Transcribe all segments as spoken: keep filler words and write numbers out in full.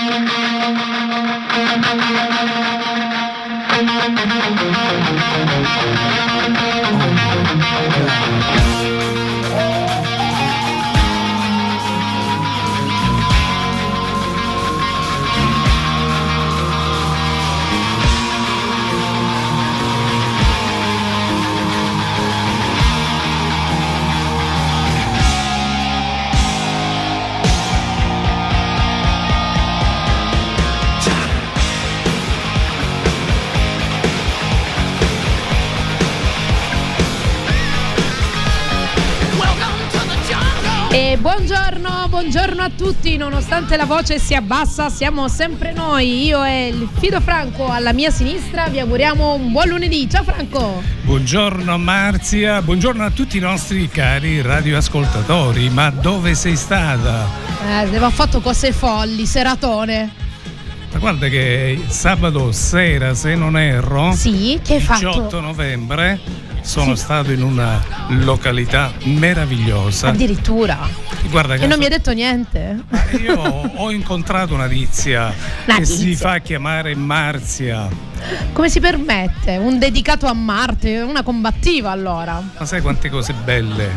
E buongiorno, buongiorno a tutti, nonostante la voce si abbassa siamo sempre noi, io e il Fido Franco alla mia sinistra, vi auguriamo un buon lunedì. Ciao Franco. Buongiorno Marzia, buongiorno a tutti i nostri cari radioascoltatori, ma dove sei stata? Eh, abbiamo fatto cose folli, seratone. Ma guarda che sabato sera, se non erro, sì, che hai fatto? diciotto novembre sono sì. stato in una località meravigliosa. Addirittura. Guarda che e non so... mi ha detto niente. Io ho incontrato una tizia una che tizia. si fa chiamare Marzia. Come si permette? Un dedicato a Marte, una combattiva allora. Ma sai quante cose belle?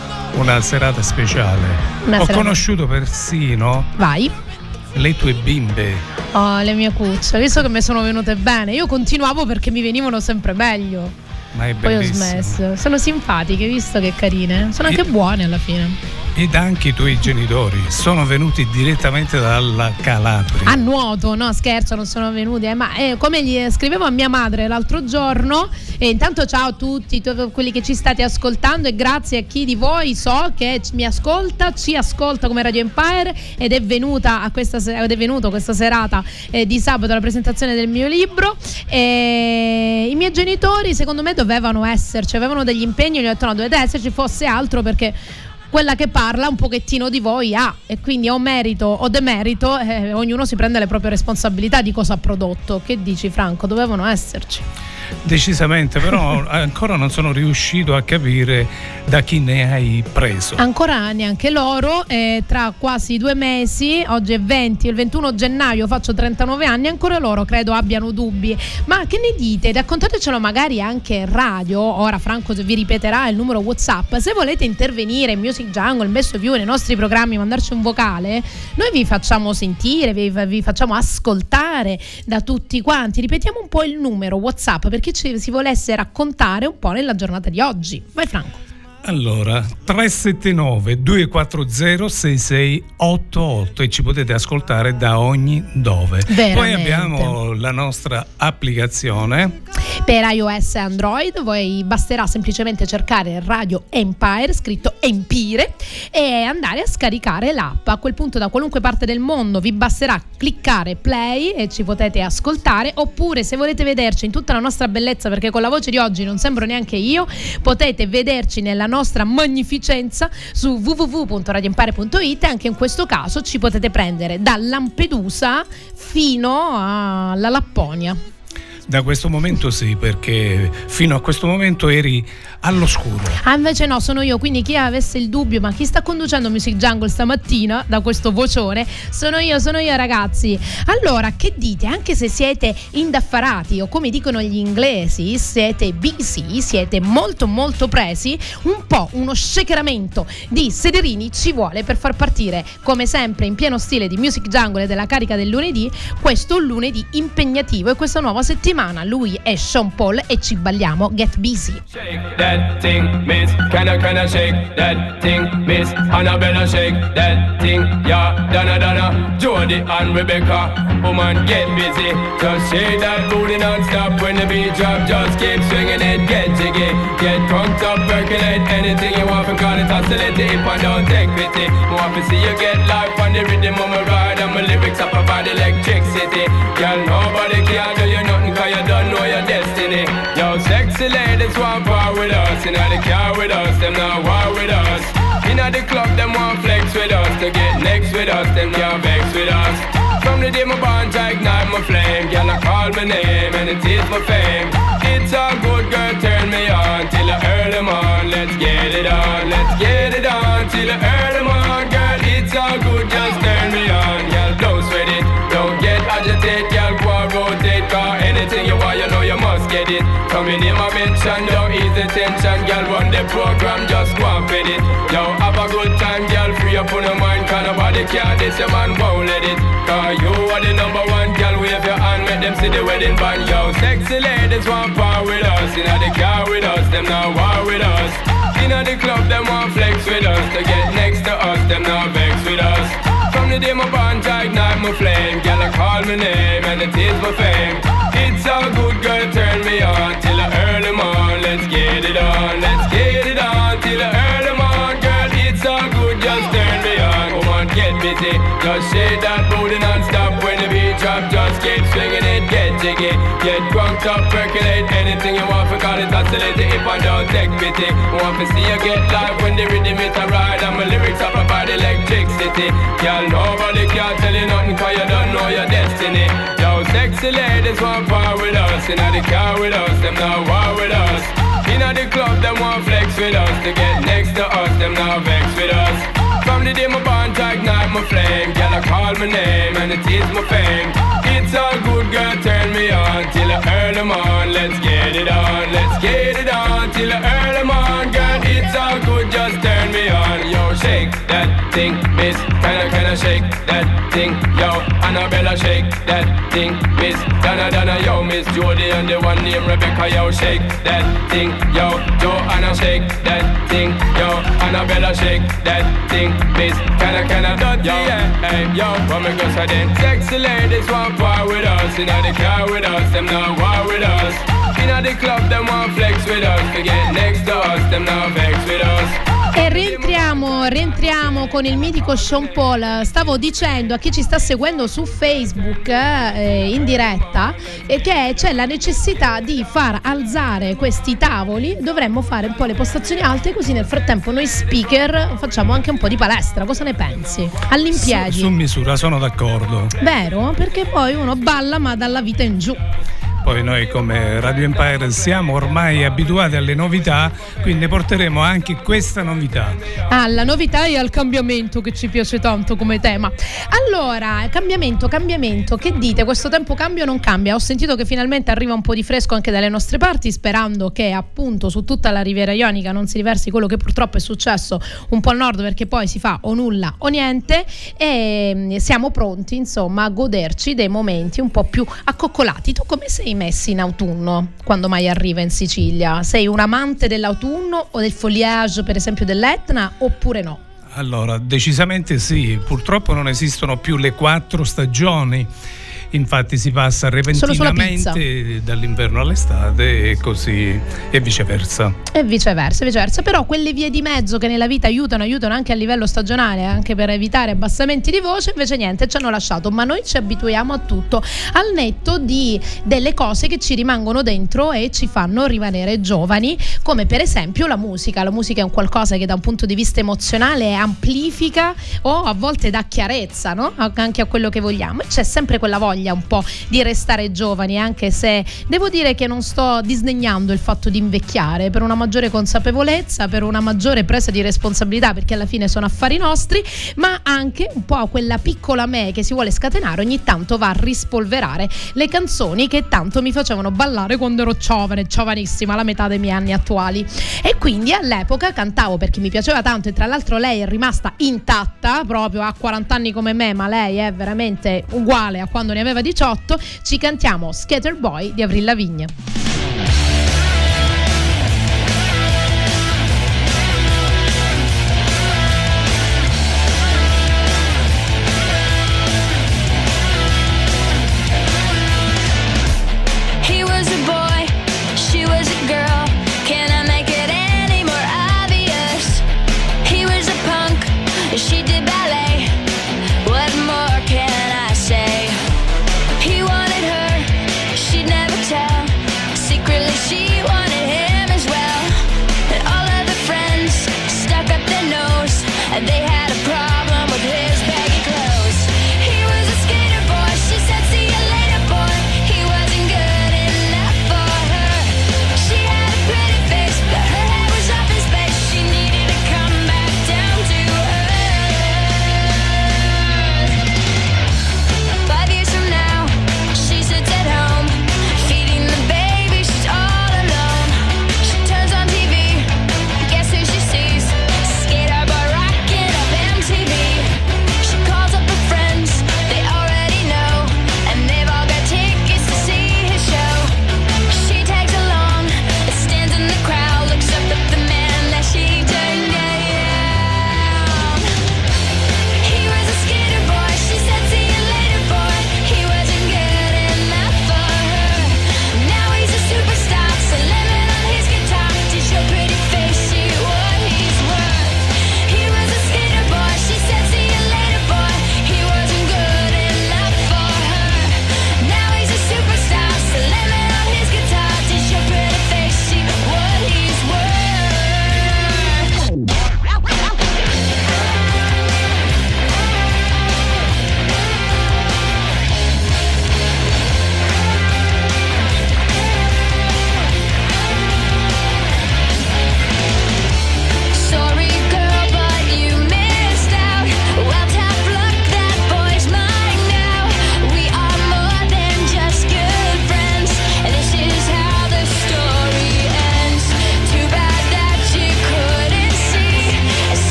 Una serata speciale. Una ho serata... conosciuto persino Vai. le tue bimbe. Oh, le mie cucce, visto che mi sono venute bene. Io continuavo perché mi venivano sempre meglio. Ma è Poi ho bellissimo. smesso. Sono simpatiche, visto che carine. Sono anche e, buone alla fine. Ed anche i tuoi genitori sono venuti direttamente dalla Calabria. A nuoto, no scherzo, non sono venuti. Eh, ma eh, come gli scrivevo a mia madre l'altro giorno, e intanto ciao a tutti tutti quelli che ci state ascoltando e grazie a chi di voi so che mi ascolta, ci ascolta come Radio Empire ed è venuta a questa ed è venuto questa serata eh, di sabato alla presentazione del mio libro. E i miei genitori secondo me dovevano esserci, avevano degli impegni, gli ho detto no, dovete esserci, fosse altro perché quella che parla un pochettino di voi ha, e quindi o merito o demerito, eh, ognuno si prende le proprie responsabilità di cosa ha prodotto. Che dici Franco? Dovevano esserci. Decisamente, però ancora non sono riuscito a capire da chi ne hai preso. Ancora neanche loro, eh, tra quasi due mesi, oggi è venti, il ventuno gennaio faccio trentanove anni, ancora loro credo abbiano dubbi. Ma che ne dite? Raccontatecelo magari anche in radio. Ora Franco vi ripeterà il numero WhatsApp. Se volete intervenire in Music Jungle, Messo View, nei nostri programmi, mandarci un vocale, noi vi facciamo sentire, vi, vi facciamo ascoltare da tutti quanti. Ripetiamo un po' il numero WhatsApp per chi ci si volesse raccontare un po' nella giornata di oggi. Vai Franco. Allora, tre sette nove due quattro zero sei sei otto otto e ci potete ascoltare da ogni dove. Veramente. Poi abbiamo la nostra applicazione per iOS e Android, voi basterà semplicemente cercare Radio Empire, scritto Empire, e andare a scaricare l'app. A quel punto da qualunque parte del mondo vi basterà cliccare play e ci potete ascoltare, oppure se volete vederci in tutta la nostra bellezza, perché con la voce di oggi non sembro neanche io, potete vederci nella nostra magnificenza su w w w punto radio empire punto it, e anche in questo caso ci potete prendere da Lampedusa fino alla Lapponia. Da questo momento sì, perché fino a questo momento eri all'oscuro. Ah, invece no, sono io, quindi chi avesse il dubbio, ma chi sta conducendo Music Jungle stamattina da questo vocione, sono io, sono io ragazzi. Allora, che dite? Anche se siete indaffarati o come dicono gli inglesi, siete busy, siete molto molto presi, un po' uno shakeramento di sederini ci vuole per far partire, come sempre in pieno stile di Music Jungle e della carica del lunedì, questo lunedì impegnativo e questa nuova settimana. Lui è Sean Paul e ci balliamo Get Busy. Shake that thing, miss, kinda kinda shake that thing, miss, Annabella shake that thing, yeah, Donna Donna, Jody and Rebecca, woman get busy, just shake that booty non-stop when the beat drop, just keep swinging it, get jiggy, get drunk up, percolate anything you want, because it's oscillate it, and don't take pity, want to see you get life on the rhythm of my ride, and my lyrics up about electricity, girl, nobody can do you nothing, cause you don't know your destiny, yo, sexy ladies want power with us, inna the car with us, them not war with us. Inna the club, them want flex with us, to get next with us, them can't vex with us. From the day my bond, I ignite my flame, girl I call my name and it is my fame. It's all good, girl, turn me on till I earn them on. Let's get it on, let's get it on till I earn them on, girl. It's all good, just turn me on, girl. Don't sweat it, don't attention, don't ease the tension, girl, run the program, just go and fit it. Yo, have a good time, girl, free up on your mind, cause nobody care, this your man won't let it. Cause you are the number one, girl, wave your hand, make them see the wedding band. Yo, sexy ladies want part with us, inna the car with us, them now war with us. Inna the club, them want flex with us, to get next to us, them now vex with us. From the day my bond, I ignite my flame, girl, I call my name, and it is my fame. It's so good, girl, turn me on, till the early morn, let's get it on, let's get it on, till the early morn, girl, it's so good, just turn me on. Come on, get busy, just shake that booty non-stop, when the beat drop, just keep swinging it, get jiggy, get drunk up, percolate, anything you want, forgot it, oscillate it, if I don't take pity. Want to see you get live when the rhythm it a ride, and my lyrics up about electricity. Girl, nobody can tell you nothing, cause you don't know your destiny. Yo, sexy ladies want part with us, inna the car with us, them now war with us. Inna the club, them want flex with us, to get next to us, them now vex with us. From the day my bond, I ignite my flame, girl, I call my name, and it is my fame. It's all good, girl, turn me on, till the early morn, let's get it on, let's get it on, till the early morn, girl, it's all good, just turn me on. Yo, shake that thing, miss, kinda, kinda shake that thing, yo, Annabella, shake that thing, miss, Donna, Donna, yo, Miss Jody, and the one named Rebecca, yo, shake that thing, yo, Joanna, shake that thing, yo, Annabella, shake that thing, miss, kinda, kinda, dirty, yeah, hey, yo, what me go say then, sexy ladies want part with us, inna the car with us, them now war with us. Inna the club, them want flex with us, to get next to us, them now vex with us. E rientriamo, rientriamo con il mitico Sean Paul. Stavo dicendo a chi ci sta seguendo su Facebook eh, in diretta eh, che c'è la necessità di far alzare questi tavoli. Dovremmo fare un po' le postazioni alte, così nel frattempo noi speaker facciamo anche un po' di palestra. Cosa ne pensi? All'impiedi. Su, su misura, sono d'accordo. Vero? Perché poi uno balla ma dalla vita in giù. Poi noi come Radio Empire siamo ormai abituati alle novità, quindi porteremo anche questa novità. Ah, la novità e al cambiamento che ci piace tanto come tema. Allora, cambiamento, cambiamento, che dite? Questo tempo cambia o non cambia? Ho sentito che finalmente arriva un po' di fresco anche dalle nostre parti, sperando che appunto su tutta la Riviera Ionica non si riversi quello che purtroppo è successo un po' al nord, perché poi si fa o nulla o niente, e siamo pronti insomma a goderci dei momenti un po' più accoccolati. Tu come sei messi in autunno quando mai arriva in Sicilia? Sei un amante dell'autunno o del foliage per esempio dell'Etna oppure no? Allora, decisamente sì, purtroppo non esistono più le quattro stagioni. Infatti si passa repentinamente dall'inverno all'estate e così e viceversa. E viceversa, viceversa. Però quelle vie di mezzo che nella vita aiutano, aiutano anche a livello stagionale, anche per evitare abbassamenti di voce, invece niente, ci hanno lasciato. Ma noi ci abituiamo a tutto, al netto di delle cose che ci rimangono dentro e ci fanno rimanere giovani, come per esempio la musica. La musica è un qualcosa che da un punto di vista emozionale amplifica o a volte dà chiarezza, no? Anche a quello che vogliamo. E c'è sempre quella voglia un po' di restare giovani, anche se devo dire che non sto disdegnando il fatto di invecchiare, per una maggiore consapevolezza, per una maggiore presa di responsabilità, perché alla fine sono affari nostri, ma anche un po' quella piccola me che si vuole scatenare ogni tanto va a rispolverare le canzoni che tanto mi facevano ballare quando ero giovane, giovanissima, la metà dei miei anni attuali. E quindi all'epoca cantavo perché mi piaceva tanto, e tra l'altro lei è rimasta intatta, proprio ha quaranta anni come me, ma lei è veramente uguale a quando ne aveva diciotto. Ci cantiamo Skater Boy di Avril Lavigne. He wanted her, she'd never tell.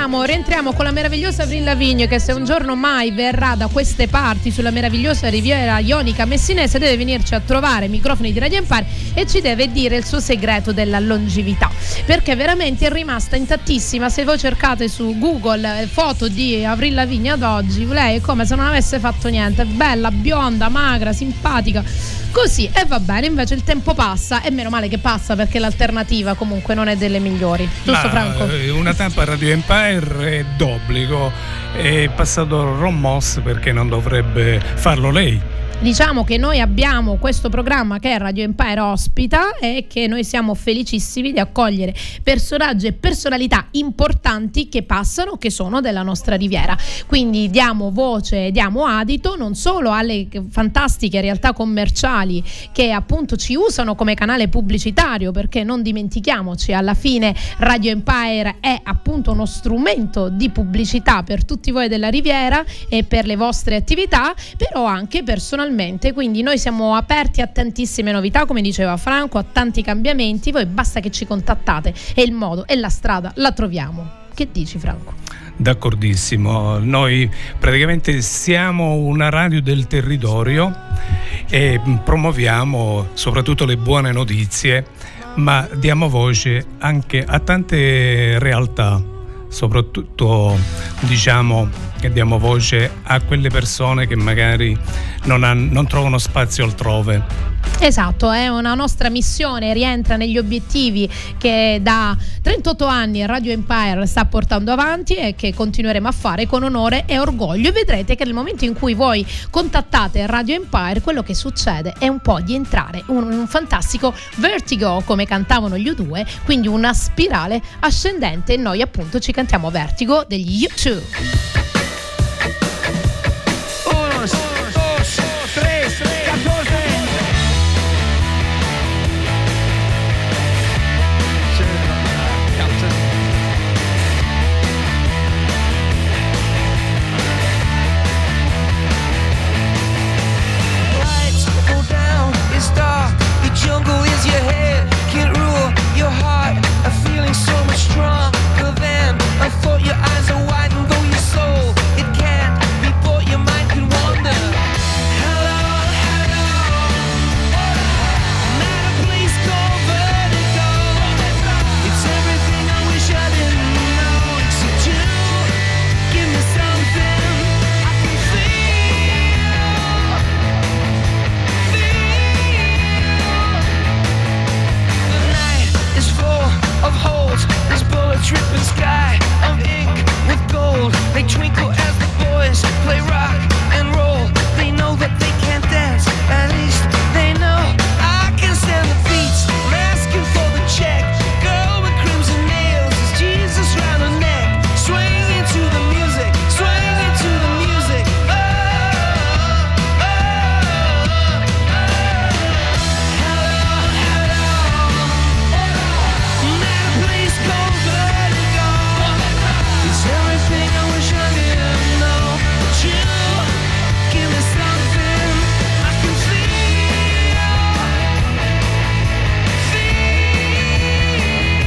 rientriamo, rientriamo con la meravigliosa Avril Lavigne, che se un giorno mai verrà da queste parti sulla meravigliosa riviera ionica messinese deve venirci a trovare ai microfoni di Radio Empire e ci deve dire il suo segreto della longevità, perché veramente è rimasta intattissima. Se voi cercate su Google foto di Avril Lavigne ad oggi, lei è come se non avesse fatto niente, bella, bionda, magra, simpatica, così, e va bene. Invece il tempo passa e meno male che passa, perché l'alternativa comunque non è delle migliori, giusto? Ma, Franco? Una tappa a Radio Empire è d'obbligo, è passato Ron Moss, perché non dovrebbe farlo lei? Diciamo che noi abbiamo questo programma che Radio Empire ospita e che noi siamo felicissimi di accogliere personaggi e personalità importanti che passano, che sono della nostra riviera. Quindi diamo voce, diamo adito non solo alle fantastiche realtà commerciali che appunto ci usano come canale pubblicitario, perché non dimentichiamoci, alla fine Radio Empire è appunto uno strumento di pubblicità per tutti voi della riviera e per le vostre attività, però anche personalmente. Quindi noi siamo aperti a tantissime novità, come diceva Franco, a tanti cambiamenti. Voi basta che ci contattate e il modo e la strada la troviamo. Che dici, Franco? D'accordissimo, noi praticamente siamo una radio del territorio e promuoviamo soprattutto le buone notizie, ma diamo voce anche a tante realtà, soprattutto diciamo che diamo voce a quelle persone che magari non, hanno, non trovano spazio altrove. Esatto, è una nostra missione, rientra negli obiettivi che da trentotto anni Radio Empire sta portando avanti e che continueremo a fare con onore e orgoglio. E vedrete che nel momento in cui voi contattate Radio Empire, quello che succede è un po' di entrare in un, un fantastico vertigo, come cantavano gli U due, quindi una spirale ascendente, e noi appunto ci cantiamo Vertigo degli U due. Jungle is your head, can't rule your heart. A feeling so much stronger than I thought. Your eyes are wide and though your soul it can't be bought, your mind can wander. Hello, hello, not a place called Vertigo. It's everything I wish I didn't know, except you. Give me something I can feel, feel. Is full of holes, this bullet dripping sky of ink with gold. They twinkle as the boys play rock and roll. They know that they can't dance, at least they know I can stand the beats. I'm asking for the check. Girl with crimson nails, is Jesus round her neck? Swing into the music, swing into the music. Oh, oh, oh, oh. Hello, hello. Not a place called Vertigo. It's everything I wish I didn't know. But you give me something I can feel, feel.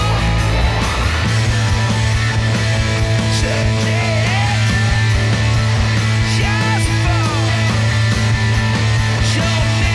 Check it, just fall. Show me.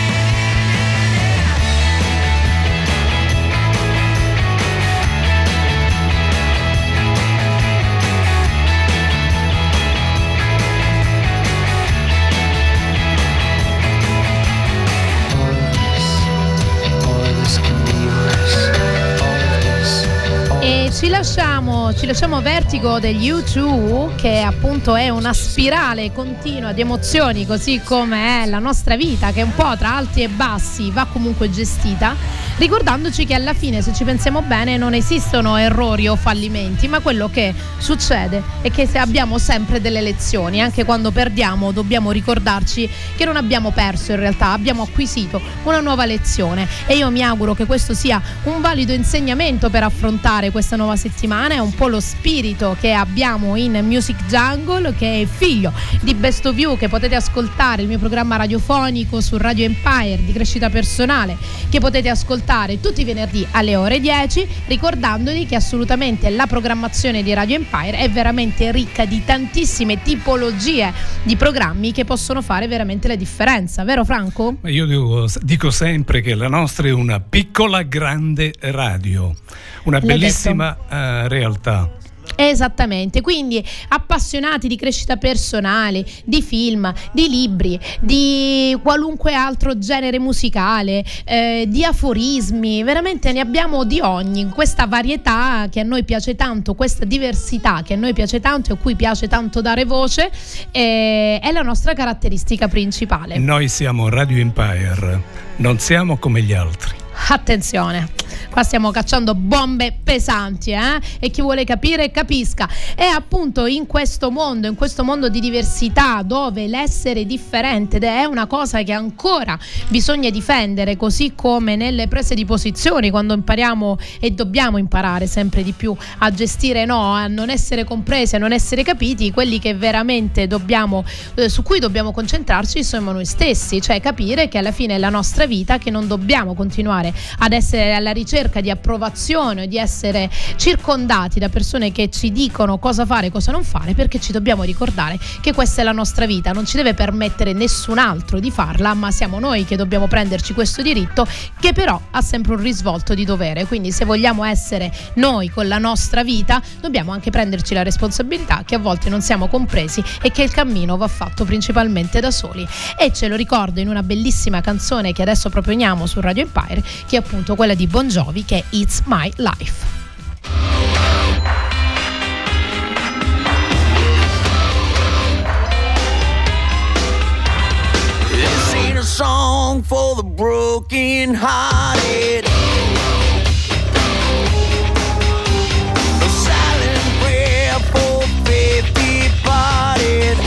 E ci lasciamo, ci lasciamo Vertigo degli U due, che appunto è una spirale continua di emozioni, così come è la nostra vita, che un po' tra alti e bassi va comunque gestita, ricordandoci che alla fine, se ci pensiamo bene, non esistono errori o fallimenti, ma quello che succede è che se abbiamo sempre delle lezioni, anche quando perdiamo dobbiamo ricordarci che non abbiamo perso, in realtà abbiamo acquisito una nuova lezione, e io mi auguro che questo sia un valido insegnamento per affrontare questa nuova settimana. È un po' po' lo spirito che abbiamo in Music Jungle, che è figlio di Best of You, che potete ascoltare, il mio programma radiofonico su Radio Empire di crescita personale, che potete ascoltare tutti i venerdì alle ore dieci, ricordandovi che assolutamente la programmazione di Radio Empire è veramente ricca di tantissime tipologie di programmi che possono fare veramente la differenza, vero Franco? Io dico, dico sempre che la nostra è una piccola grande radio, una L'hai bellissima uh, realtà. Esattamente, quindi appassionati di crescita personale, di film, di libri, di qualunque altro genere musicale, eh, di aforismi, veramente ne abbiamo di ogni, questa varietà che a noi piace tanto, questa diversità che a noi piace tanto e a cui piace tanto dare voce, eh, è la nostra caratteristica principale. Noi siamo Radio Empire, non siamo come gli altri. Attenzione, qua stiamo cacciando bombe pesanti, eh? E chi vuole capire capisca. E appunto in questo mondo, in questo mondo di diversità, dove l'essere differente è una cosa che ancora bisogna difendere, così come nelle prese di posizioni, quando impariamo e dobbiamo imparare sempre di più a gestire, no, a non essere compresi, a non essere capiti, quelli che veramente dobbiamo, eh, su cui dobbiamo concentrarci siamo noi stessi, cioè capire che alla fine è la nostra vita, che non dobbiamo continuare ad essere alla ricerca di approvazione, di essere circondati da persone che ci dicono cosa fare e cosa non fare, perché ci dobbiamo ricordare che questa è la nostra vita, non ci deve permettere nessun altro di farla, ma siamo noi che dobbiamo prenderci questo diritto, che però ha sempre un risvolto di dovere. Quindi se vogliamo essere noi con la nostra vita, dobbiamo anche prenderci la responsabilità che a volte non siamo compresi e che il cammino va fatto principalmente da soli. E ce lo ricordo in una bellissima canzone che adesso proponiamo su Radio Empire, che è appunto quella di Bon Jovi, che è It's My Life. This ain't a song for the broken hearted. A silent prayer for faith departed.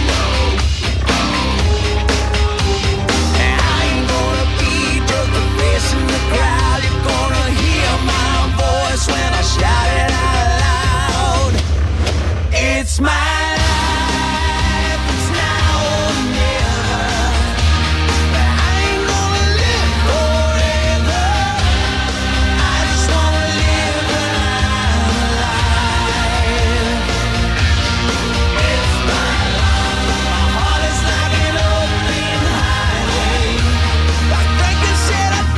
In the crowd, you're gonna hear my voice when I shout it out loud. It's my life, it's now or never. I ain't gonna live forever. I just wanna live when I'm alive. It's my life, my heart is like an open highway. Like Franklin said, I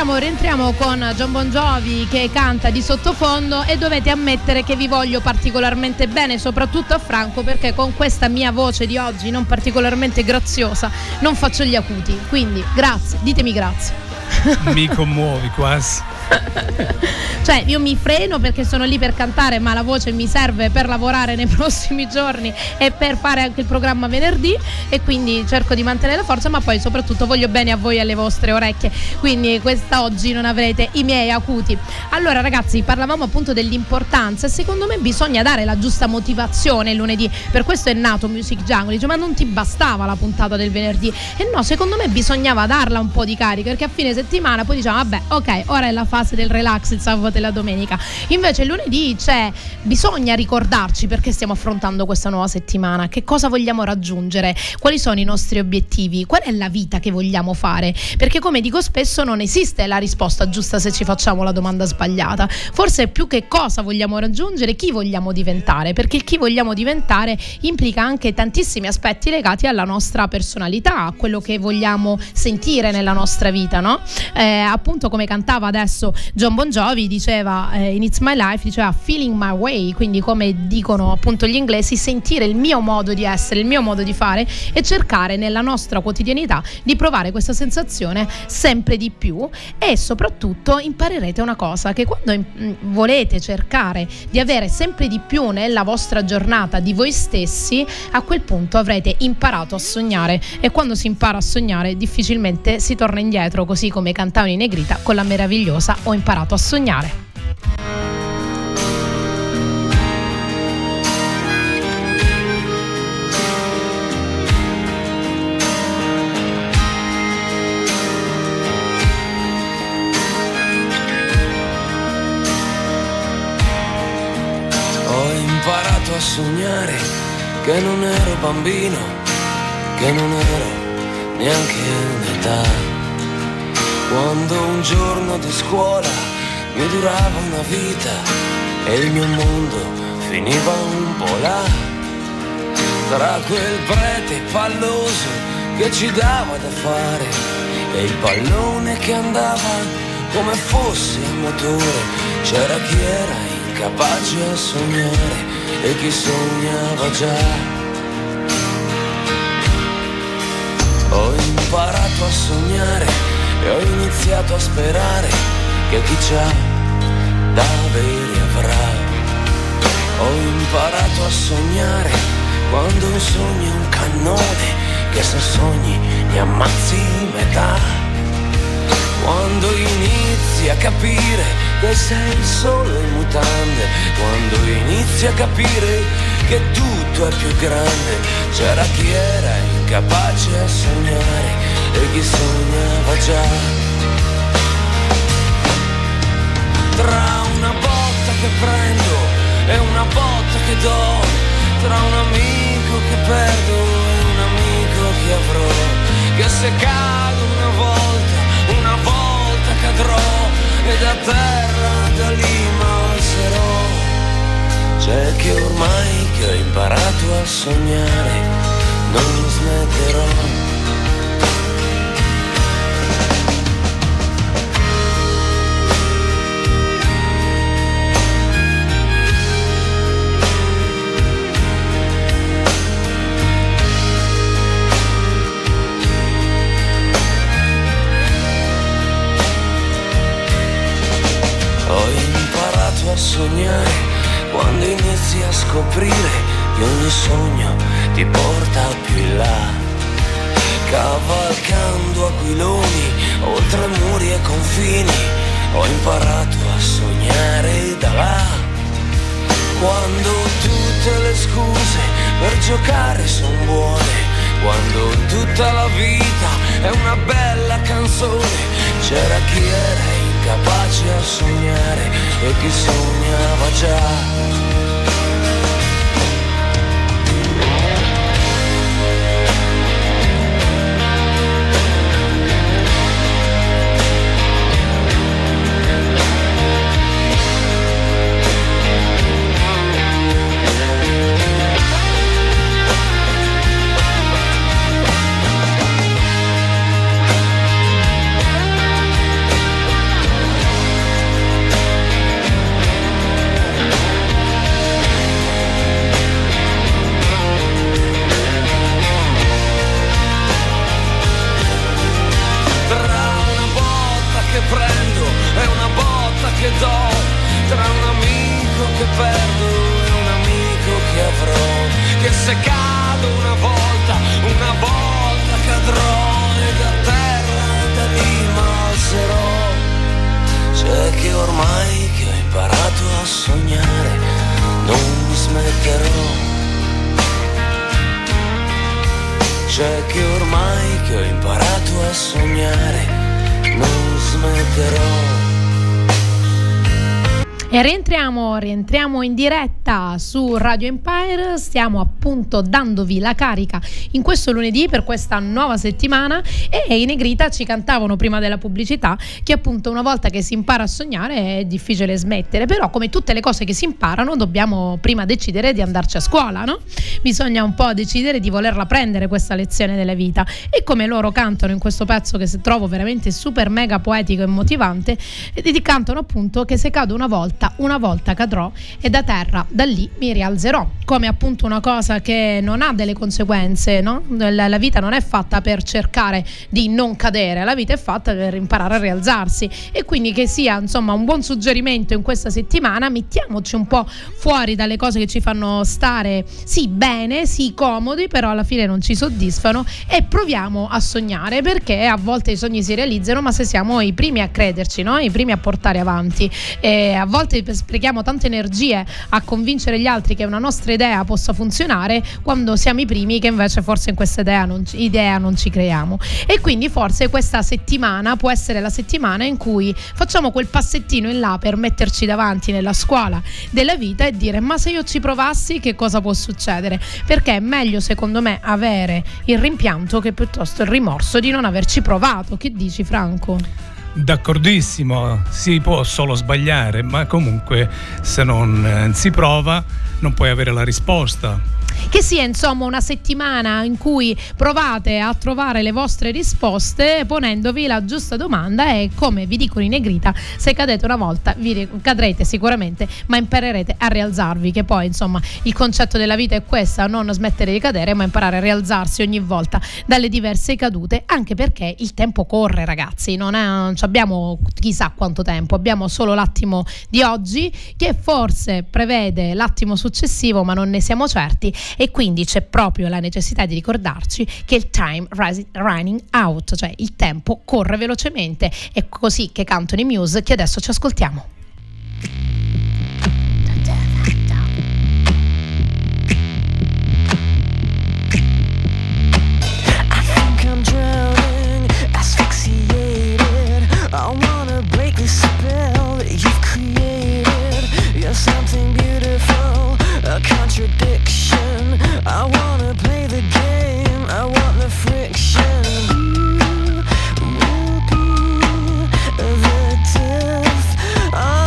rientriamo, rientriamo con Jon Bon Jovi che canta di sottofondo e dovete ammettere che vi voglio particolarmente bene, soprattutto a Franco, perché con questa mia voce di oggi non particolarmente graziosa non faccio gli acuti, quindi grazie, ditemi grazie. Mi commuovi quasi. Cioè io mi freno perché sono lì per cantare, ma la voce mi serve per lavorare nei prossimi giorni e per fare anche il programma venerdì, e quindi cerco di mantenere la forza, ma poi soprattutto voglio bene a voi e alle vostre orecchie, quindi questa oggi non avrete i miei acuti. Allora ragazzi, parlavamo appunto dell'importanza e secondo me bisogna dare la giusta motivazione il lunedì, per questo è nato Music Jungle. Dice, ma non ti bastava la puntata del venerdì? E no, secondo me bisognava darla un po' di carica, perché a fine settimana poi diciamo vabbè, ok, ora è la fase del relax, il sabato e la domenica. Invece il lunedì c'è, bisogna ricordarci perché stiamo affrontando questa nuova settimana, che cosa vogliamo raggiungere, quali sono i nostri obiettivi, qual è la vita che vogliamo fare, perché come dico spesso non esiste la risposta giusta se ci facciamo la domanda sbagliata. Forse è più che cosa vogliamo raggiungere, chi vogliamo diventare, perché il chi vogliamo diventare implica anche tantissimi aspetti legati alla nostra personalità, a quello che vogliamo sentire nella nostra vita, no? Eh, appunto come cantava adesso Jon Bon Jovi, diceva eh, in It's My Life, diceva feeling my way, quindi come dicono appunto gli inglesi, sentire il mio modo di essere, il mio modo di fare e cercare nella nostra quotidianità di provare questa sensazione sempre di più. E soprattutto imparerete una cosa, che quando im- volete cercare di avere sempre di più nella vostra giornata di voi stessi, a quel punto avrete imparato a sognare, e quando si impara a sognare difficilmente si torna indietro, così come cantavano in Negrita con la meravigliosa Ho imparato a sognare. Ho imparato a sognare che non ero bambino, che non ero neanche in età. Quando un giorno di scuola mi durava una vita e il mio mondo finiva un po' là, tra quel prete palloso che ci dava da fare e il pallone che andava come fosse a motore. C'era chi era incapace a sognare e chi sognava già. Ho imparato a sognare e ho iniziato a sperare che chi c'ha da avere avrà. Ho imparato a sognare quando un sogno è un cannone che se sogni ne ammazzi metà. Quando inizi a capire che sei solo in mutande, quando inizi a capire che tutto è più grande. C'era chi era incapace a sognare e chi sognava già. Tra una botta che prendo e una botta che do, tra un amico che perdo e un amico che avrò, che se cado una volta, una volta cadrò e da terra da lì m'alzerò. C'è che ormai che ho imparato a sognare non smetterò. Ho imparato a sognare quando inizi a scoprire che ogni sogno ti porta più in là, cavalcando aquiloni oltre muri e confini. Ho imparato a sognare da là, quando tutte le scuse per giocare son buone, quando tutta la vita è una bella canzone. C'era chi era incapace a sognare e chi sognava già. prendo e una botta che do, tra un amico che perdo e un amico che avrò, che se cado una volta, una volta cadrò e da terra da lì m'alzerò. C'è che ormai che ho imparato a sognare non smetterò. C'è che ormai che ho imparato a sognare non smetterò. E rientriamo, rientriamo in diretta su Radio Empire, stiamo appunto dandovi la carica in questo lunedì per questa nuova settimana e i Negrita ci cantavano prima della pubblicità che appunto una volta che si impara a sognare è difficile smettere, però come tutte le cose che si imparano dobbiamo prima decidere di andarci a scuola, no? Bisogna un po' decidere di volerla prendere questa lezione della vita e come loro cantano in questo pezzo che trovo veramente super mega poetico e motivante, ti cantano appunto che se cado una volta una volta cadrò e da terra da lì mi rialzerò, come appunto una cosa che non ha delle conseguenze, no? La, la vita non è fatta per cercare di non cadere, la vita è fatta per imparare a rialzarsi e quindi che sia insomma un buon suggerimento in questa settimana, mettiamoci un po' fuori dalle cose che ci fanno stare sì bene, sì comodi, però alla fine non ci soddisfano e proviamo a sognare, perché a volte i sogni si realizzano ma se siamo i primi a crederci, no? I primi a portare avanti e a volte sprechiamo tante energie a convincere gli altri che una nostra idea possa funzionare quando siamo i primi che invece forse in questa idea non, idea non ci creiamo. E quindi forse questa settimana può essere la settimana in cui facciamo quel passettino in là per metterci davanti nella scuola della vita e dire ma se io ci provassi che cosa può succedere, perché è meglio secondo me avere il rimpianto che piuttosto il rimorso di non averci provato. Che dici, Franco? D'accordissimo, si può solo sbagliare, ma comunque se non si prova non puoi avere la risposta. Che sia insomma una settimana in cui provate a trovare le vostre risposte ponendovi la giusta domanda e come vi dicono i Negrita, se cadete una volta vi cadrete sicuramente ma imparerete a rialzarvi, che poi insomma il concetto della vita è questo, non smettere di cadere ma imparare a rialzarsi ogni volta dalle diverse cadute, anche perché il tempo corre ragazzi, non, è, non abbiamo chissà quanto tempo, abbiamo solo l'attimo di oggi che forse prevede l'attimo successivo ma non ne siamo certi. E quindi c'è proprio la necessità di ricordarci che il time running out, cioè il tempo corre velocemente. È così che cantano i Muse, che adesso ci ascoltiamo. I think I'm drowning, asphyxiated. I wanna break the spell that you've created. You're something beautiful, a contradiction. I wanna play the game, I want the friction. You will be the death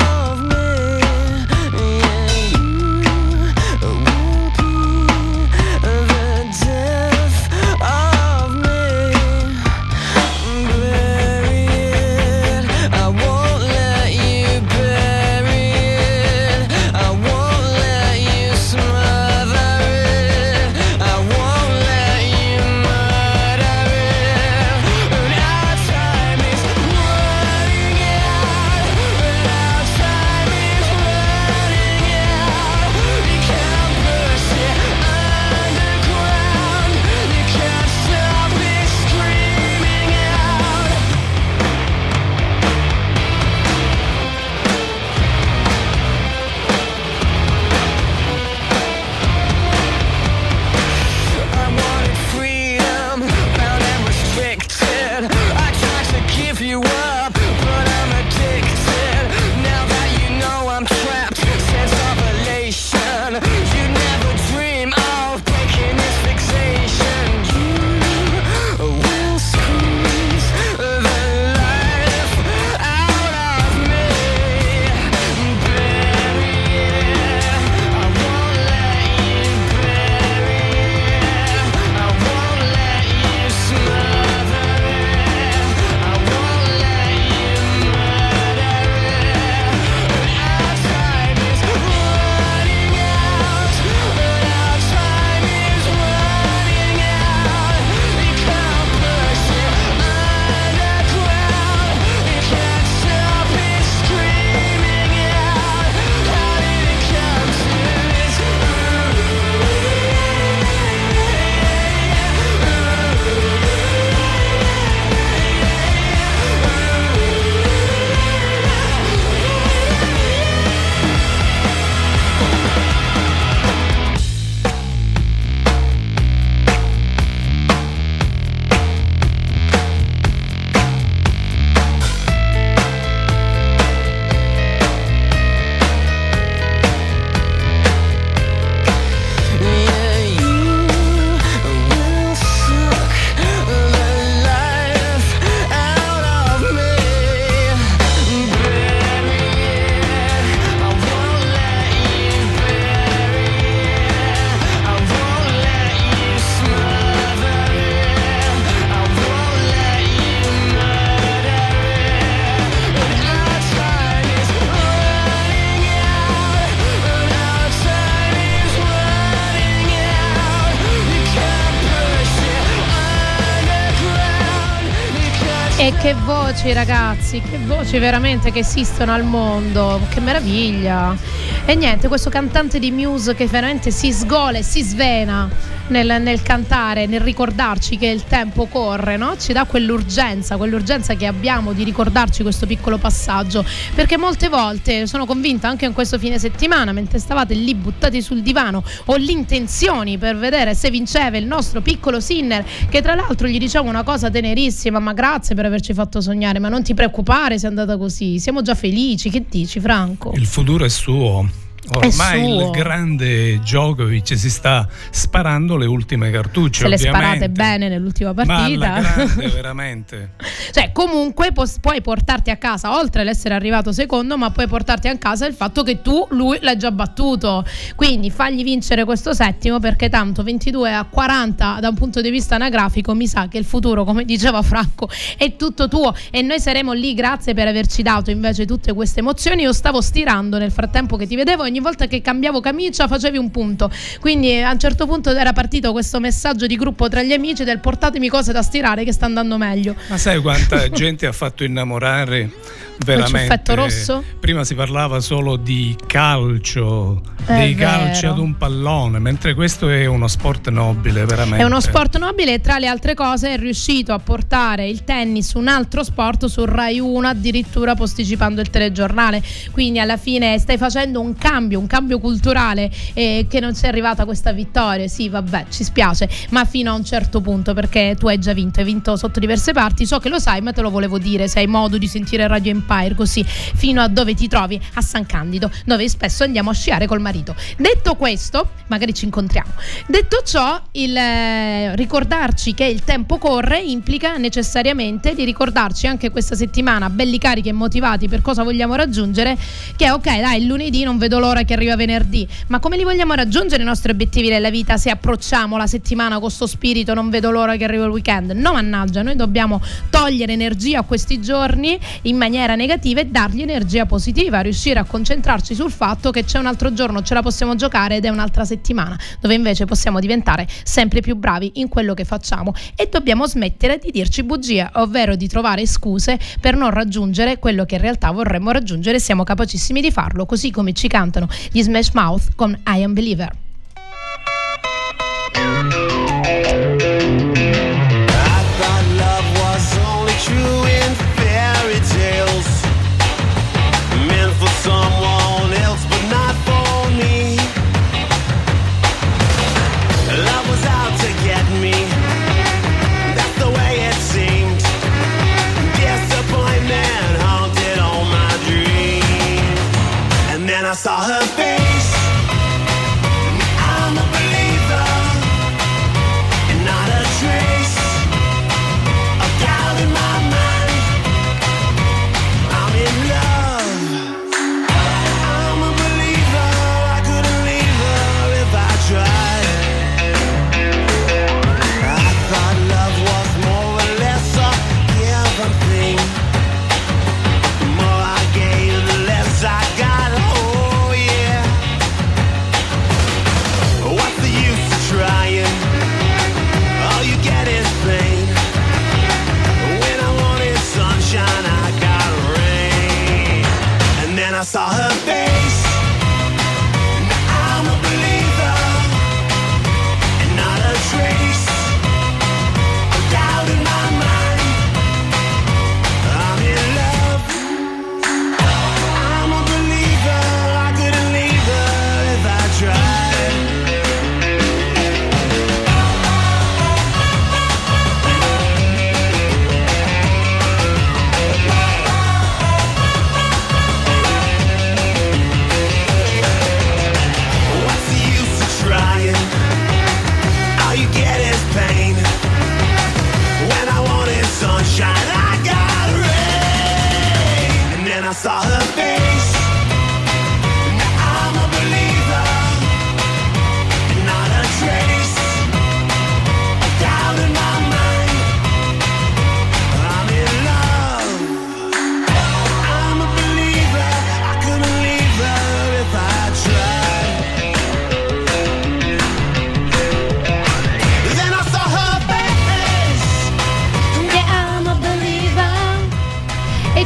E che voci, ragazzi, che voci veramente che esistono al mondo, che meraviglia. E niente, questo cantante di Muse che veramente si sgola e si svena nel, nel cantare, nel ricordarci che il tempo corre, no? Ci dà quell'urgenza, quell'urgenza che abbiamo di ricordarci questo piccolo passaggio, perché molte volte, sono convinta anche in questo fine settimana, mentre stavate lì buttati sul divano, ho le intenzioni per vedere se vinceva il nostro piccolo Sinner, che tra l'altro gli dicevo una cosa tenerissima: ma grazie per averci fatto sognare, ma non ti preoccupare se è andata così, siamo già felici. Che dici, Franco? Il futuro è suo. Ormai il grande Djokovic si sta sparando le ultime cartucce. Se le ovviamente. Sparate bene nell'ultima partita. Ma alla grande, veramente. Cioè, comunque pu- puoi portarti a casa, oltre all'essere arrivato secondo, ma puoi portarti a casa il fatto che tu lui l'hai già battuto. Quindi fagli vincere questo settimo, perché tanto ventidue a quaranta da un punto di vista anagrafico mi sa che il futuro, come diceva Franco, è tutto tuo, e noi saremo lì. Grazie per averci dato invece tutte queste emozioni. Io stavo stirando nel frattempo che ti vedevo, ogni volta che cambiavo camicia facevi un punto, quindi a un certo punto era partito questo messaggio di gruppo tra gli amici del portatemi cose da stirare che sta andando meglio. Ma sai quanta gente ha fatto innamorare veramente? Il ciuffetto rosso? Prima si parlava solo di calcio, È dei vero. calci ad un pallone, mentre questo è uno sport nobile, veramente. È uno sport nobile, e tra le altre cose è riuscito a portare il tennis, un altro sport, su Rai uno, addirittura posticipando il telegiornale. Quindi alla fine stai facendo un cambio, un cambio culturale, eh, che non sia arrivata questa vittoria. Sì, vabbè, ci spiace, ma fino a un certo punto, perché tu hai già vinto, hai vinto sotto diverse parti, so che lo sai, ma te lo volevo dire, se hai modo di sentire Radio Empire, così fino a dove ti trovi, a San Candido, dove spesso andiamo a sciare col marito. Detto questo, magari ci incontriamo. Detto ciò, il eh, ricordarci che il tempo corre implica necessariamente di ricordarci anche questa settimana, belli carichi e motivati per cosa vogliamo raggiungere, che ok, dai, il lunedì non vedo l'ora che arriva venerdì, ma come li vogliamo raggiungere i nostri obiettivi nella vita se approcciamo la settimana con sto spirito non vedo l'ora che arriva il weekend? No, mannaggia, noi dobbiamo togliere energia a questi giorni in maniera negativa e dargli energia positiva, riuscire a concentrarci sul fatto che c'è un altro giorno, ce la possiamo giocare, ed è un'altra settimana dove invece possiamo diventare sempre più bravi in quello che facciamo, e dobbiamo smettere di dirci bugie, ovvero di trovare scuse per non raggiungere quello che in realtà vorremmo raggiungere. Siamo capacissimi di farlo, così come ci cantano gli Smash Mouth con I Am Believer. Someone else, but not for me. Love was out to get me. That's the way it seemed. Disappointment haunted all my dreams. And then I saw her face. I'm a believer, and not a trace of doubt in my mind. I'm in love. I saw her face. I'm a believer, and not a trace of doubt in my mind. I'm in love. I'm a believer. I couldn't leave her if I tried. Sunshine, I got rain. And then I saw her face. Now I'm a believer, and not a trace of doubt in my mind. I'm in love. I'm a believer. I couldn't leave her if I tried. Then I saw her face. Yeah, I'm a believer.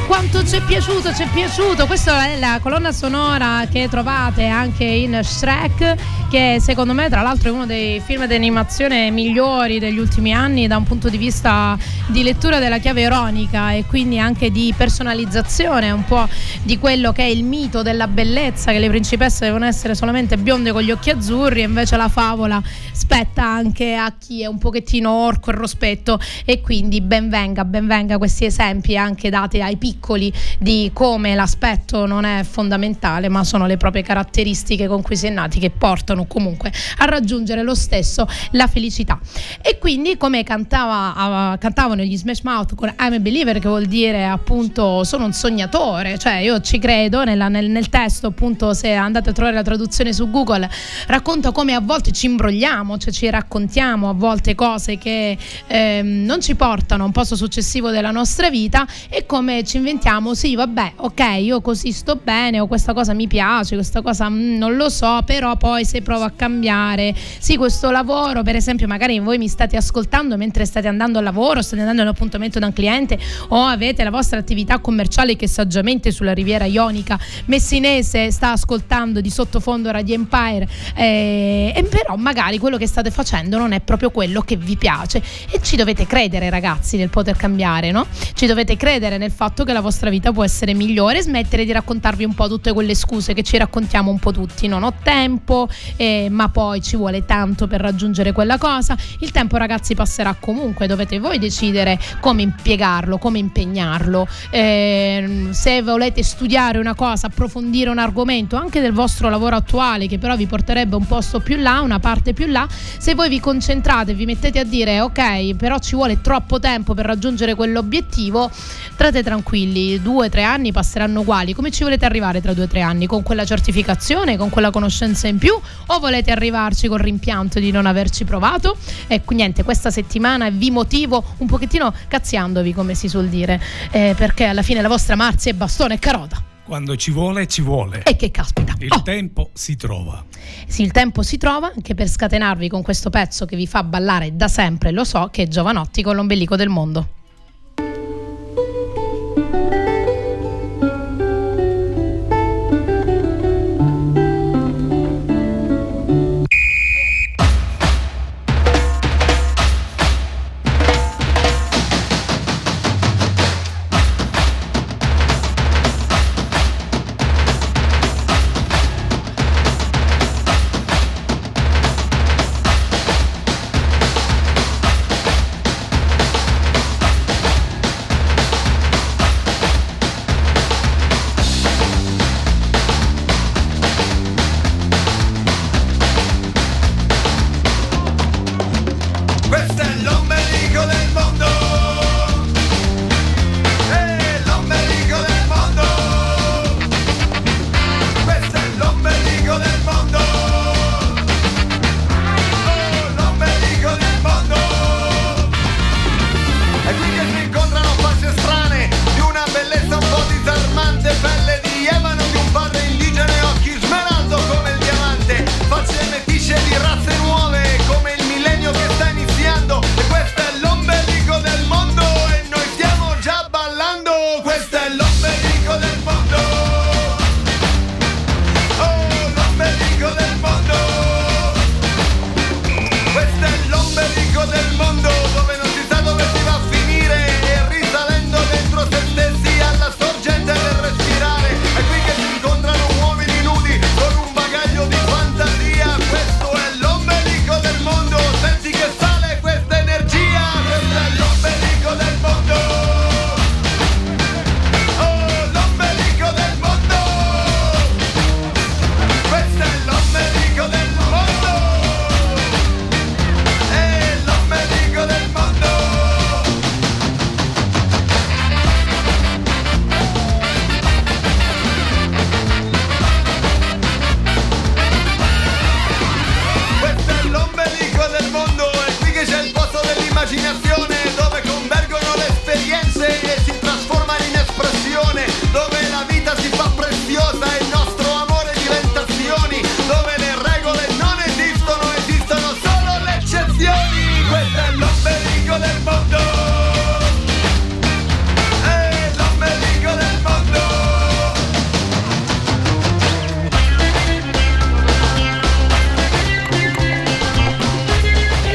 quanto ci è piaciuto, ci è piaciuto. Questa è la colonna sonora che trovate anche in Shrek, che secondo me tra l'altro è uno dei film di animazione migliori degli ultimi anni da un punto di vista di lettura della chiave ironica e quindi anche di personalizzazione un po' di quello che è il mito della bellezza, che le principesse devono essere solamente bionde con gli occhi azzurri, e invece la favola spetta anche a chi è un pochettino orco e rospetto, e quindi ben venga, ben venga questi esempi anche dati ai piccoli di come l'aspetto non è fondamentale, ma sono le proprie caratteristiche con cui si è nati che portano comunque a raggiungere lo stesso la felicità. E quindi come cantava, uh, cantavano gli Smash Mouth con I'm a Believer, che vuol dire appunto sono un sognatore, cioè io ci credo, nella, nel, nel testo appunto, se andate a trovare la traduzione su Google, racconta come a volte ci imbrogliamo, cioè ci raccontiamo a volte cose che ehm, non ci portano a un posto successivo della nostra vita, e come ci inventiamo, sì vabbè ok, io così sto bene, o questa cosa mi piace, questa cosa mh, non lo so, però poi se provo a cambiare, sì questo lavoro per esempio, magari voi mi state ascoltando mentre state andando al lavoro, state andando all'appuntamento da un cliente, o avete la vostra attività commerciale che saggiamente sulla riviera ionica messinese sta ascoltando di sottofondo Radio Empire, eh, e però magari quello che state facendo non è proprio quello che vi piace, e ci dovete credere ragazzi nel poter cambiare, no? Ci dovete credere nel fatto che la vostra vita può essere migliore, smettere di raccontarvi un po' tutte quelle scuse che ci raccontiamo un po' tutti, non ho tempo, eh, ma poi ci vuole tanto per raggiungere quella cosa. Il tempo ragazzi passerà comunque, dovete voi decidere come impiegarlo, come impegnarlo, eh, se volete studiare una cosa, approfondire un argomento anche del vostro lavoro attuale che però vi porterebbe un posto più là, una parte più là, se voi vi concentrate e vi mettete a dire ok però ci vuole troppo tempo per raggiungere quell'obiettivo, state tranquilli, due tre anni passeranno uguali. Come ci volete arrivare tra due tre anni? Con quella certificazione, con quella conoscenza in più, o volete arrivarci col rimpianto di non averci provato? E niente, questa settimana vi motivo un pochettino cazziandovi, come si suol dire, eh, perché alla fine la vostra Marzia è bastone e carota. Quando ci vuole, ci vuole. E che caspita. Il oh. tempo si trova. Sì, il tempo si trova anche per scatenarvi con questo pezzo che vi fa ballare da sempre, lo so, che è Giovanotti con L'ombelico del mondo.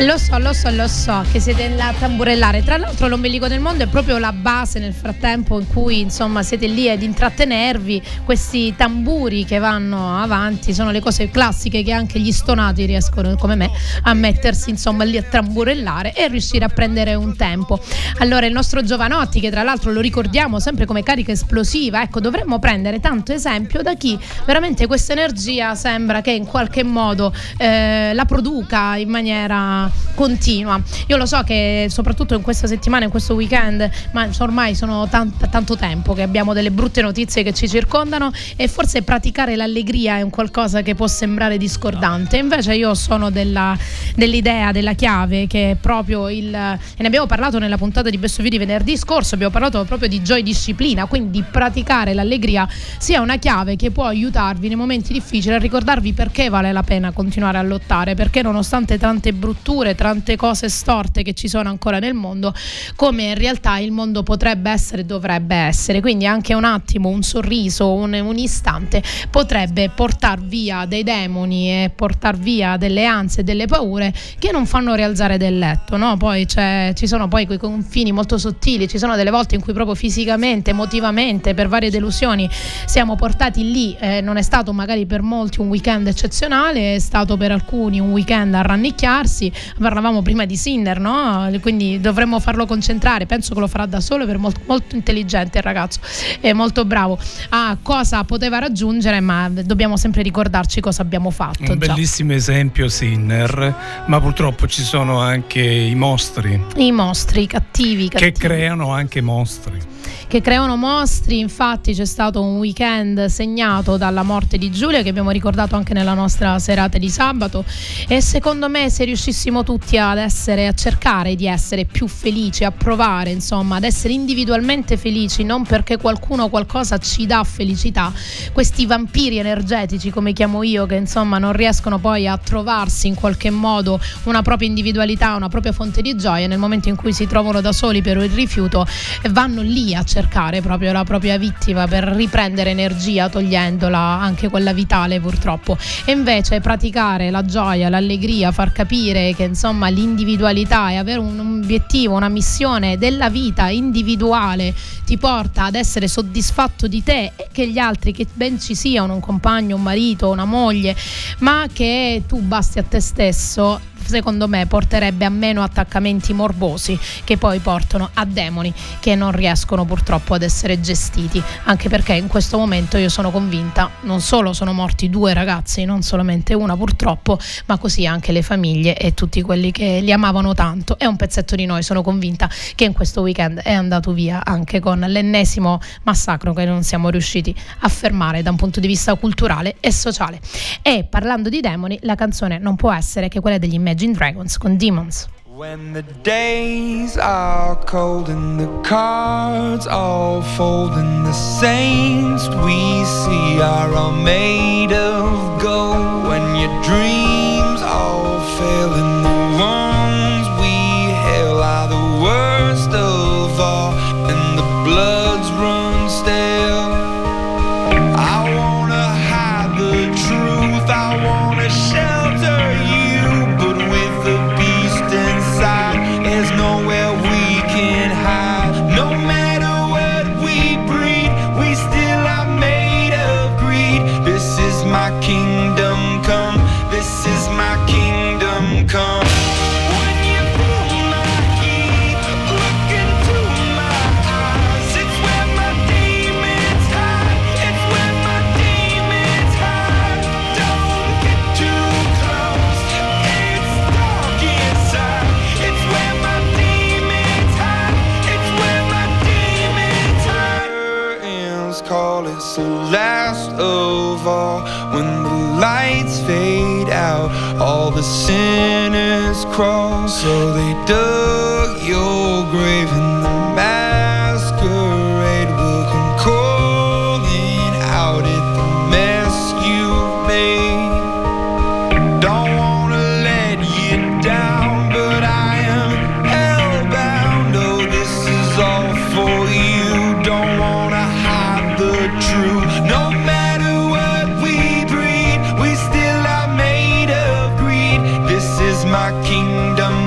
Lo so, lo so, lo so che siete là a tamburellare. Tra l'altro l'ombelico del mondo è proprio la base nel frattempo in cui insomma siete lì ad intrattenervi. Questi tamburi che vanno avanti sono le cose classiche che anche gli stonati riescono come me a mettersi insomma lì a tamburellare e riuscire a prendere un tempo. Allora il nostro Giovanotti, che tra l'altro lo ricordiamo sempre come carica esplosiva, ecco, dovremmo prendere tanto esempio da chi veramente questa energia sembra che in qualche modo eh, la produca in maniera continua. Io lo so che soprattutto in questa settimana, in questo weekend, ma ormai sono tant- tanto tempo che abbiamo delle brutte notizie che ci circondano e forse praticare l'allegria è un qualcosa che può sembrare discordante. Invece io sono della, dell'idea, della chiave che è proprio il, e ne abbiamo parlato nella puntata di Best of You di venerdì scorso, abbiamo parlato proprio di gioia e disciplina, quindi praticare l'allegria sia una chiave che può aiutarvi nei momenti difficili a ricordarvi perché vale la pena continuare a lottare, perché nonostante tante brutture, tante cose storte che ci sono ancora nel mondo, come in realtà il mondo potrebbe essere e dovrebbe essere. Quindi anche un attimo, un sorriso, un, un istante potrebbe portar via dei demoni e portar via delle ansie e delle paure che non fanno rialzare del letto, no? Poi c'è, ci sono poi quei confini molto sottili, ci sono delle volte in cui proprio fisicamente, emotivamente, per varie delusioni siamo portati lì. Eh, non è stato magari per molti un weekend eccezionale, è stato per alcuni un weekend a rannicchiarsi. Parlavamo prima di Sinner, no? Quindi dovremmo farlo concentrare, penso che lo farà da solo, per molto, molto intelligente il ragazzo, è molto bravo a cosa poteva raggiungere, ma dobbiamo sempre ricordarci cosa abbiamo fatto. Un già. Bellissimo esempio Sinner, ma purtroppo ci sono anche i mostri. I mostri cattivi, cattivi. Che creano anche mostri. Che creano mostri. Infatti c'è stato un weekend segnato dalla morte di Giulia, che abbiamo ricordato anche nella nostra serata di sabato, e secondo me se riuscissimo tutti ad essere, a cercare di essere più felici, a provare insomma ad essere individualmente felici, non perché qualcuno o qualcosa ci dà felicità, questi vampiri energetici come chiamo io, che insomma non riescono poi a trovarsi in qualche modo una propria individualità, una propria fonte di gioia, nel momento in cui si trovano da soli per il rifiuto vanno lì a cercare proprio la propria vittima per riprendere energia, togliendola anche quella vitale purtroppo. E invece praticare la gioia, l'allegria, far capire che insomma l'individualità e avere un obiettivo, una missione della vita individuale ti porta ad essere soddisfatto di te, e che gli altri, che ben ci siano un compagno, un marito, una moglie, ma che tu basti a te stesso, secondo me porterebbe a meno attaccamenti morbosi che poi portano a demoni che non riescono purtroppo ad essere gestiti, anche perché in questo momento io sono convinta non solo sono morti due ragazzi, non solamente una purtroppo, ma così anche le famiglie e tutti quelli che li amavano tanto, e un pezzetto di noi sono convinta che in questo weekend è andato via anche con l'ennesimo massacro che non siamo riusciti a fermare da un punto di vista culturale e sociale. E parlando di demoni, la canzone non può essere che quella degli Imagine Dragons con Demons. When the days are cold and the cards all fold and the saints we see are all made of gold, when your dreams all fail and the ones we hail are the worst of all and the bloods run stale, I wanna hide the truth, I wanna shelter you, but with the beast inside, there's nowhere we can hide. No matter what we breed, we still are made of greed. This is my kingdom come, this is my kingdom come. When you feel my heat, look into my eyes, it's where my demons hide, it's where my demons hide. Don't get too close, it's dark inside, it's where my demons hide, it's where my demons hide. Curtains call, it's the last of all. When the lights fade out, all the sinners crawl. So they dug your grave and the masquerade will come calling out at the mess you've made. Don't wanna let you down, but I am hellbound. Oh, this is all for you. Don't wanna hide the truth. No matter what we breed, we still are made of greed. This is my kingdom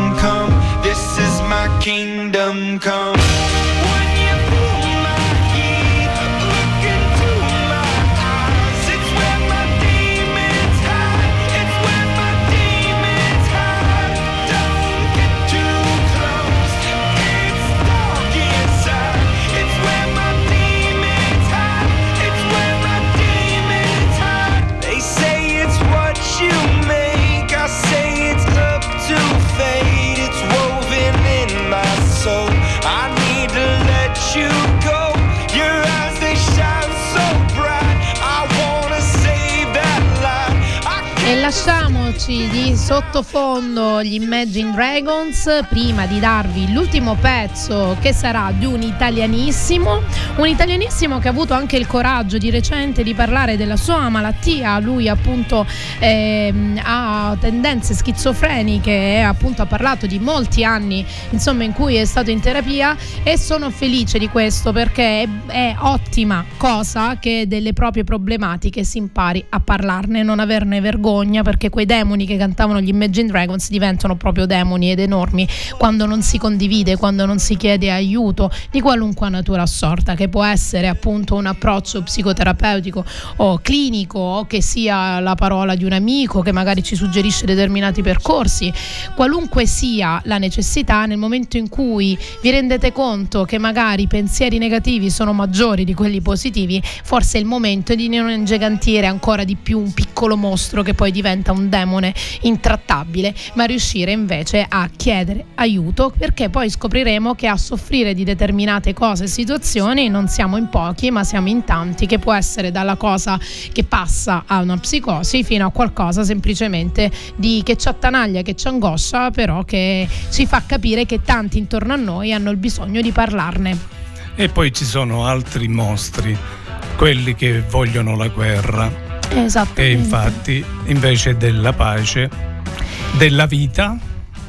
eccoci di sottofondo gli Imagine Dragons, prima di darvi l'ultimo pezzo che sarà di un italianissimo, un italianissimo che ha avuto anche il coraggio di recente di parlare della sua malattia. Lui appunto ehm, ha tendenze schizofreniche e appunto ha parlato di molti anni insomma in cui è stato in terapia, e sono felice di questo perché è, è ottima cosa che delle proprie problematiche si impari a parlarne, non averne vergogna, perché quei demoni che cantavano gli Imagine Dragons diventano proprio demoni ed enormi quando non si condivide, quando non si chiede aiuto di qualunque natura assorta, che può essere appunto un approccio psicoterapeutico o clinico, o che sia la parola di un amico che magari ci suggerisce determinati percorsi. Qualunque sia la necessità, nel momento in cui vi rendete conto che magari i pensieri negativi sono maggiori di quelli positivi, forse è il momento di non ingigantire ancora di più un piccolo mostro che poi diventa un demone intrattabile, ma riuscire invece a chiedere aiuto, perché poi scopriremo che a soffrire di determinate cose e situazioni non siamo in pochi, ma siamo in tanti, che può essere dalla cosa che passa a una psicosi fino a qualcosa semplicemente di che ci attanaglia, che ci angoscia, però che ci fa capire che tanti intorno a noi hanno il bisogno di parlarne. E poi ci sono altri mostri, quelli che vogliono la guerra. Esatto. E infatti invece della pace, della vita,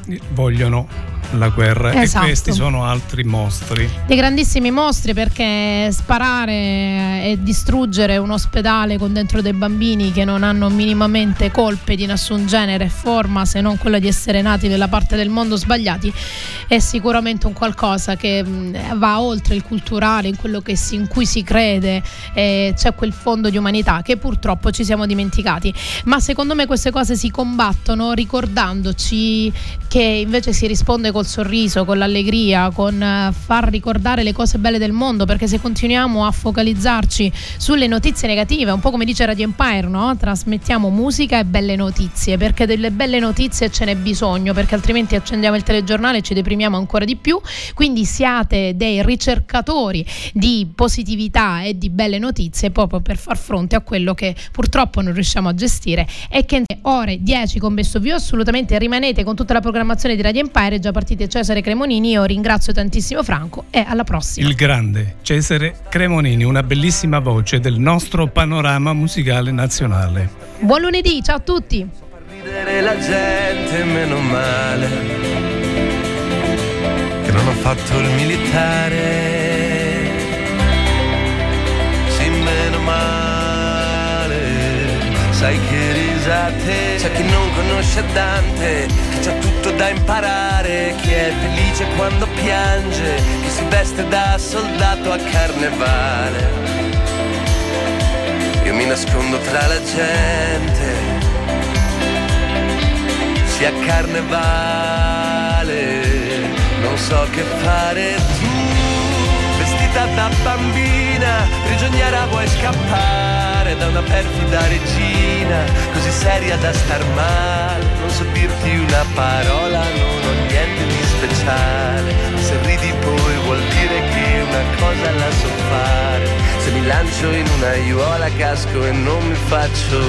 vogliono la guerra. Esatto. E questi sono altri mostri, dei grandissimi mostri, perché sparare e distruggere un ospedale con dentro dei bambini che non hanno minimamente colpe di nessun genere e forma, se non quella di essere nati nella parte del mondo sbagliati, è sicuramente un qualcosa che va oltre il culturale, in quello che si, in cui si crede, e c'è quel fondo di umanità che purtroppo ci siamo dimenticati. Ma secondo me queste cose si combattono ricordandoci che invece si risponde col sorriso, con l'allegria, con far ricordare le cose belle del mondo, perché se continuiamo a focalizzarci sulle notizie negative, un po' come dice Radio Empire, no? Trasmettiamo musica e belle notizie, perché delle belle notizie ce n'è bisogno, perché altrimenti accendiamo il telegiornale e ci deprimiamo ancora di più. Quindi siate dei ricercatori di positività e di belle notizie, proprio per far fronte a quello che purtroppo non riusciamo a gestire, e che ore dieci con Best of You assolutamente rimanete con tutta la programmazione di Radio Empire. Già partite Cesare Cremonini, io ringrazio tantissimo Franco e alla prossima. Il grande Cesare Cremonini, una bellissima voce del nostro panorama musicale nazionale. Buon lunedì, ciao a tutti. Far ridere la gente, meno male che non ho fatto il militare. Sì, meno male, sai che risate. C'è chi non conosce Dante, che c'ha tutto da imparare, chi è felice quando piange, chi si veste da soldato a carnevale. Io mi nascondo tra la gente, sia carnevale, non so che fare. Tu, vestita da bambina, prigioniera vuoi scappare da una perfida regina, così seria da star male. Non so dirti una parola, non ho niente di speciale. Se ridi poi vuol dire che una cosa la so fare. Se mi lancio in una aiuola casco e non mi faccio.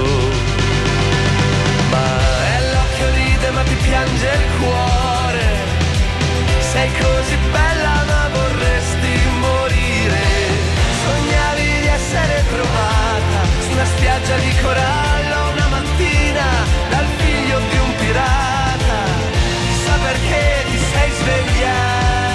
Ma è l'occhio ride ma ti piange il cuore. Sei così bella ma vorresti morire. Sognavi di essere trovata su una spiaggia di corallo una mattina dal figlio di un pirata. Chissà perché ti sei svegliata.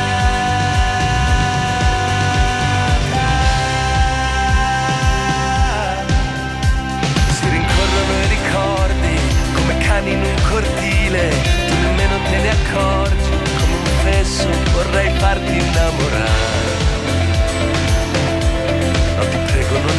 Si rincorrono i ricordi come cani in un cortile, tu nemmeno te ne accorgi. Come un fesso vorrei farti innamorare. No, ti prego non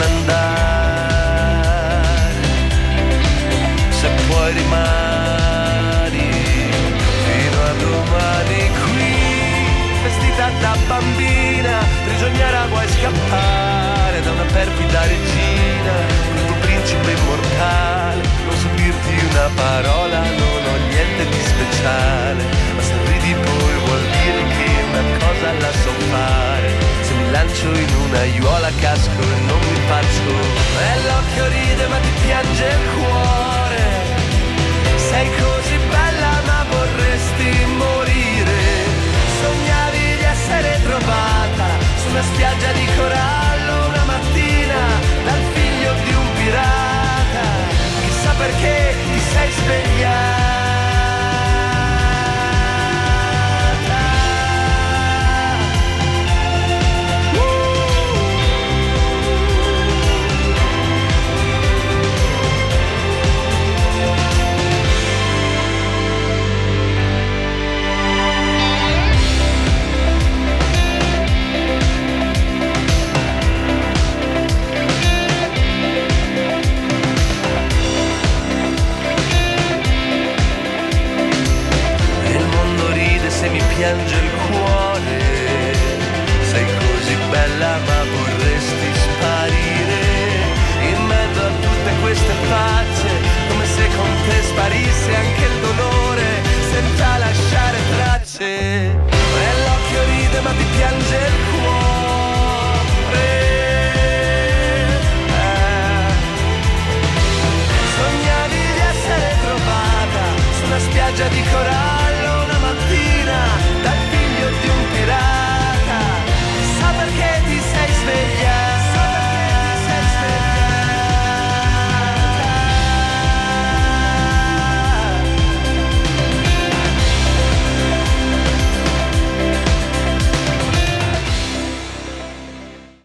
andare, se puoi rimani fino a domani qui. Vestita da bambina, prigioniera vuoi scappare da una perfida regina, il tuo principe immortale. Non so dirti una parola, non ho niente di speciale, ma se ridi poi vuol dire che una cosa la so fare. Se mi lancio in una aiuola casco e non mi faccio. E l'occhio ride ma ti piange il cuore. sei così bella ma vorresti morire. Sognavi di essere trovata su una spiaggia di corallo una mattina dal figlio di un pirata. Chissà perché ti sei svegliata. Se mi piange il cuore, sei così bella ma vorresti sparire in mezzo a tutte queste facce, come se con te sparisse anche il dolore senza lasciare tracce. E l'occhio ride ma ti piange il cuore. eh. Sognavi di essere trovata su una spiaggia di corallo una mattina dal figlio di un pirata. Chissà perché ti sei svegliata.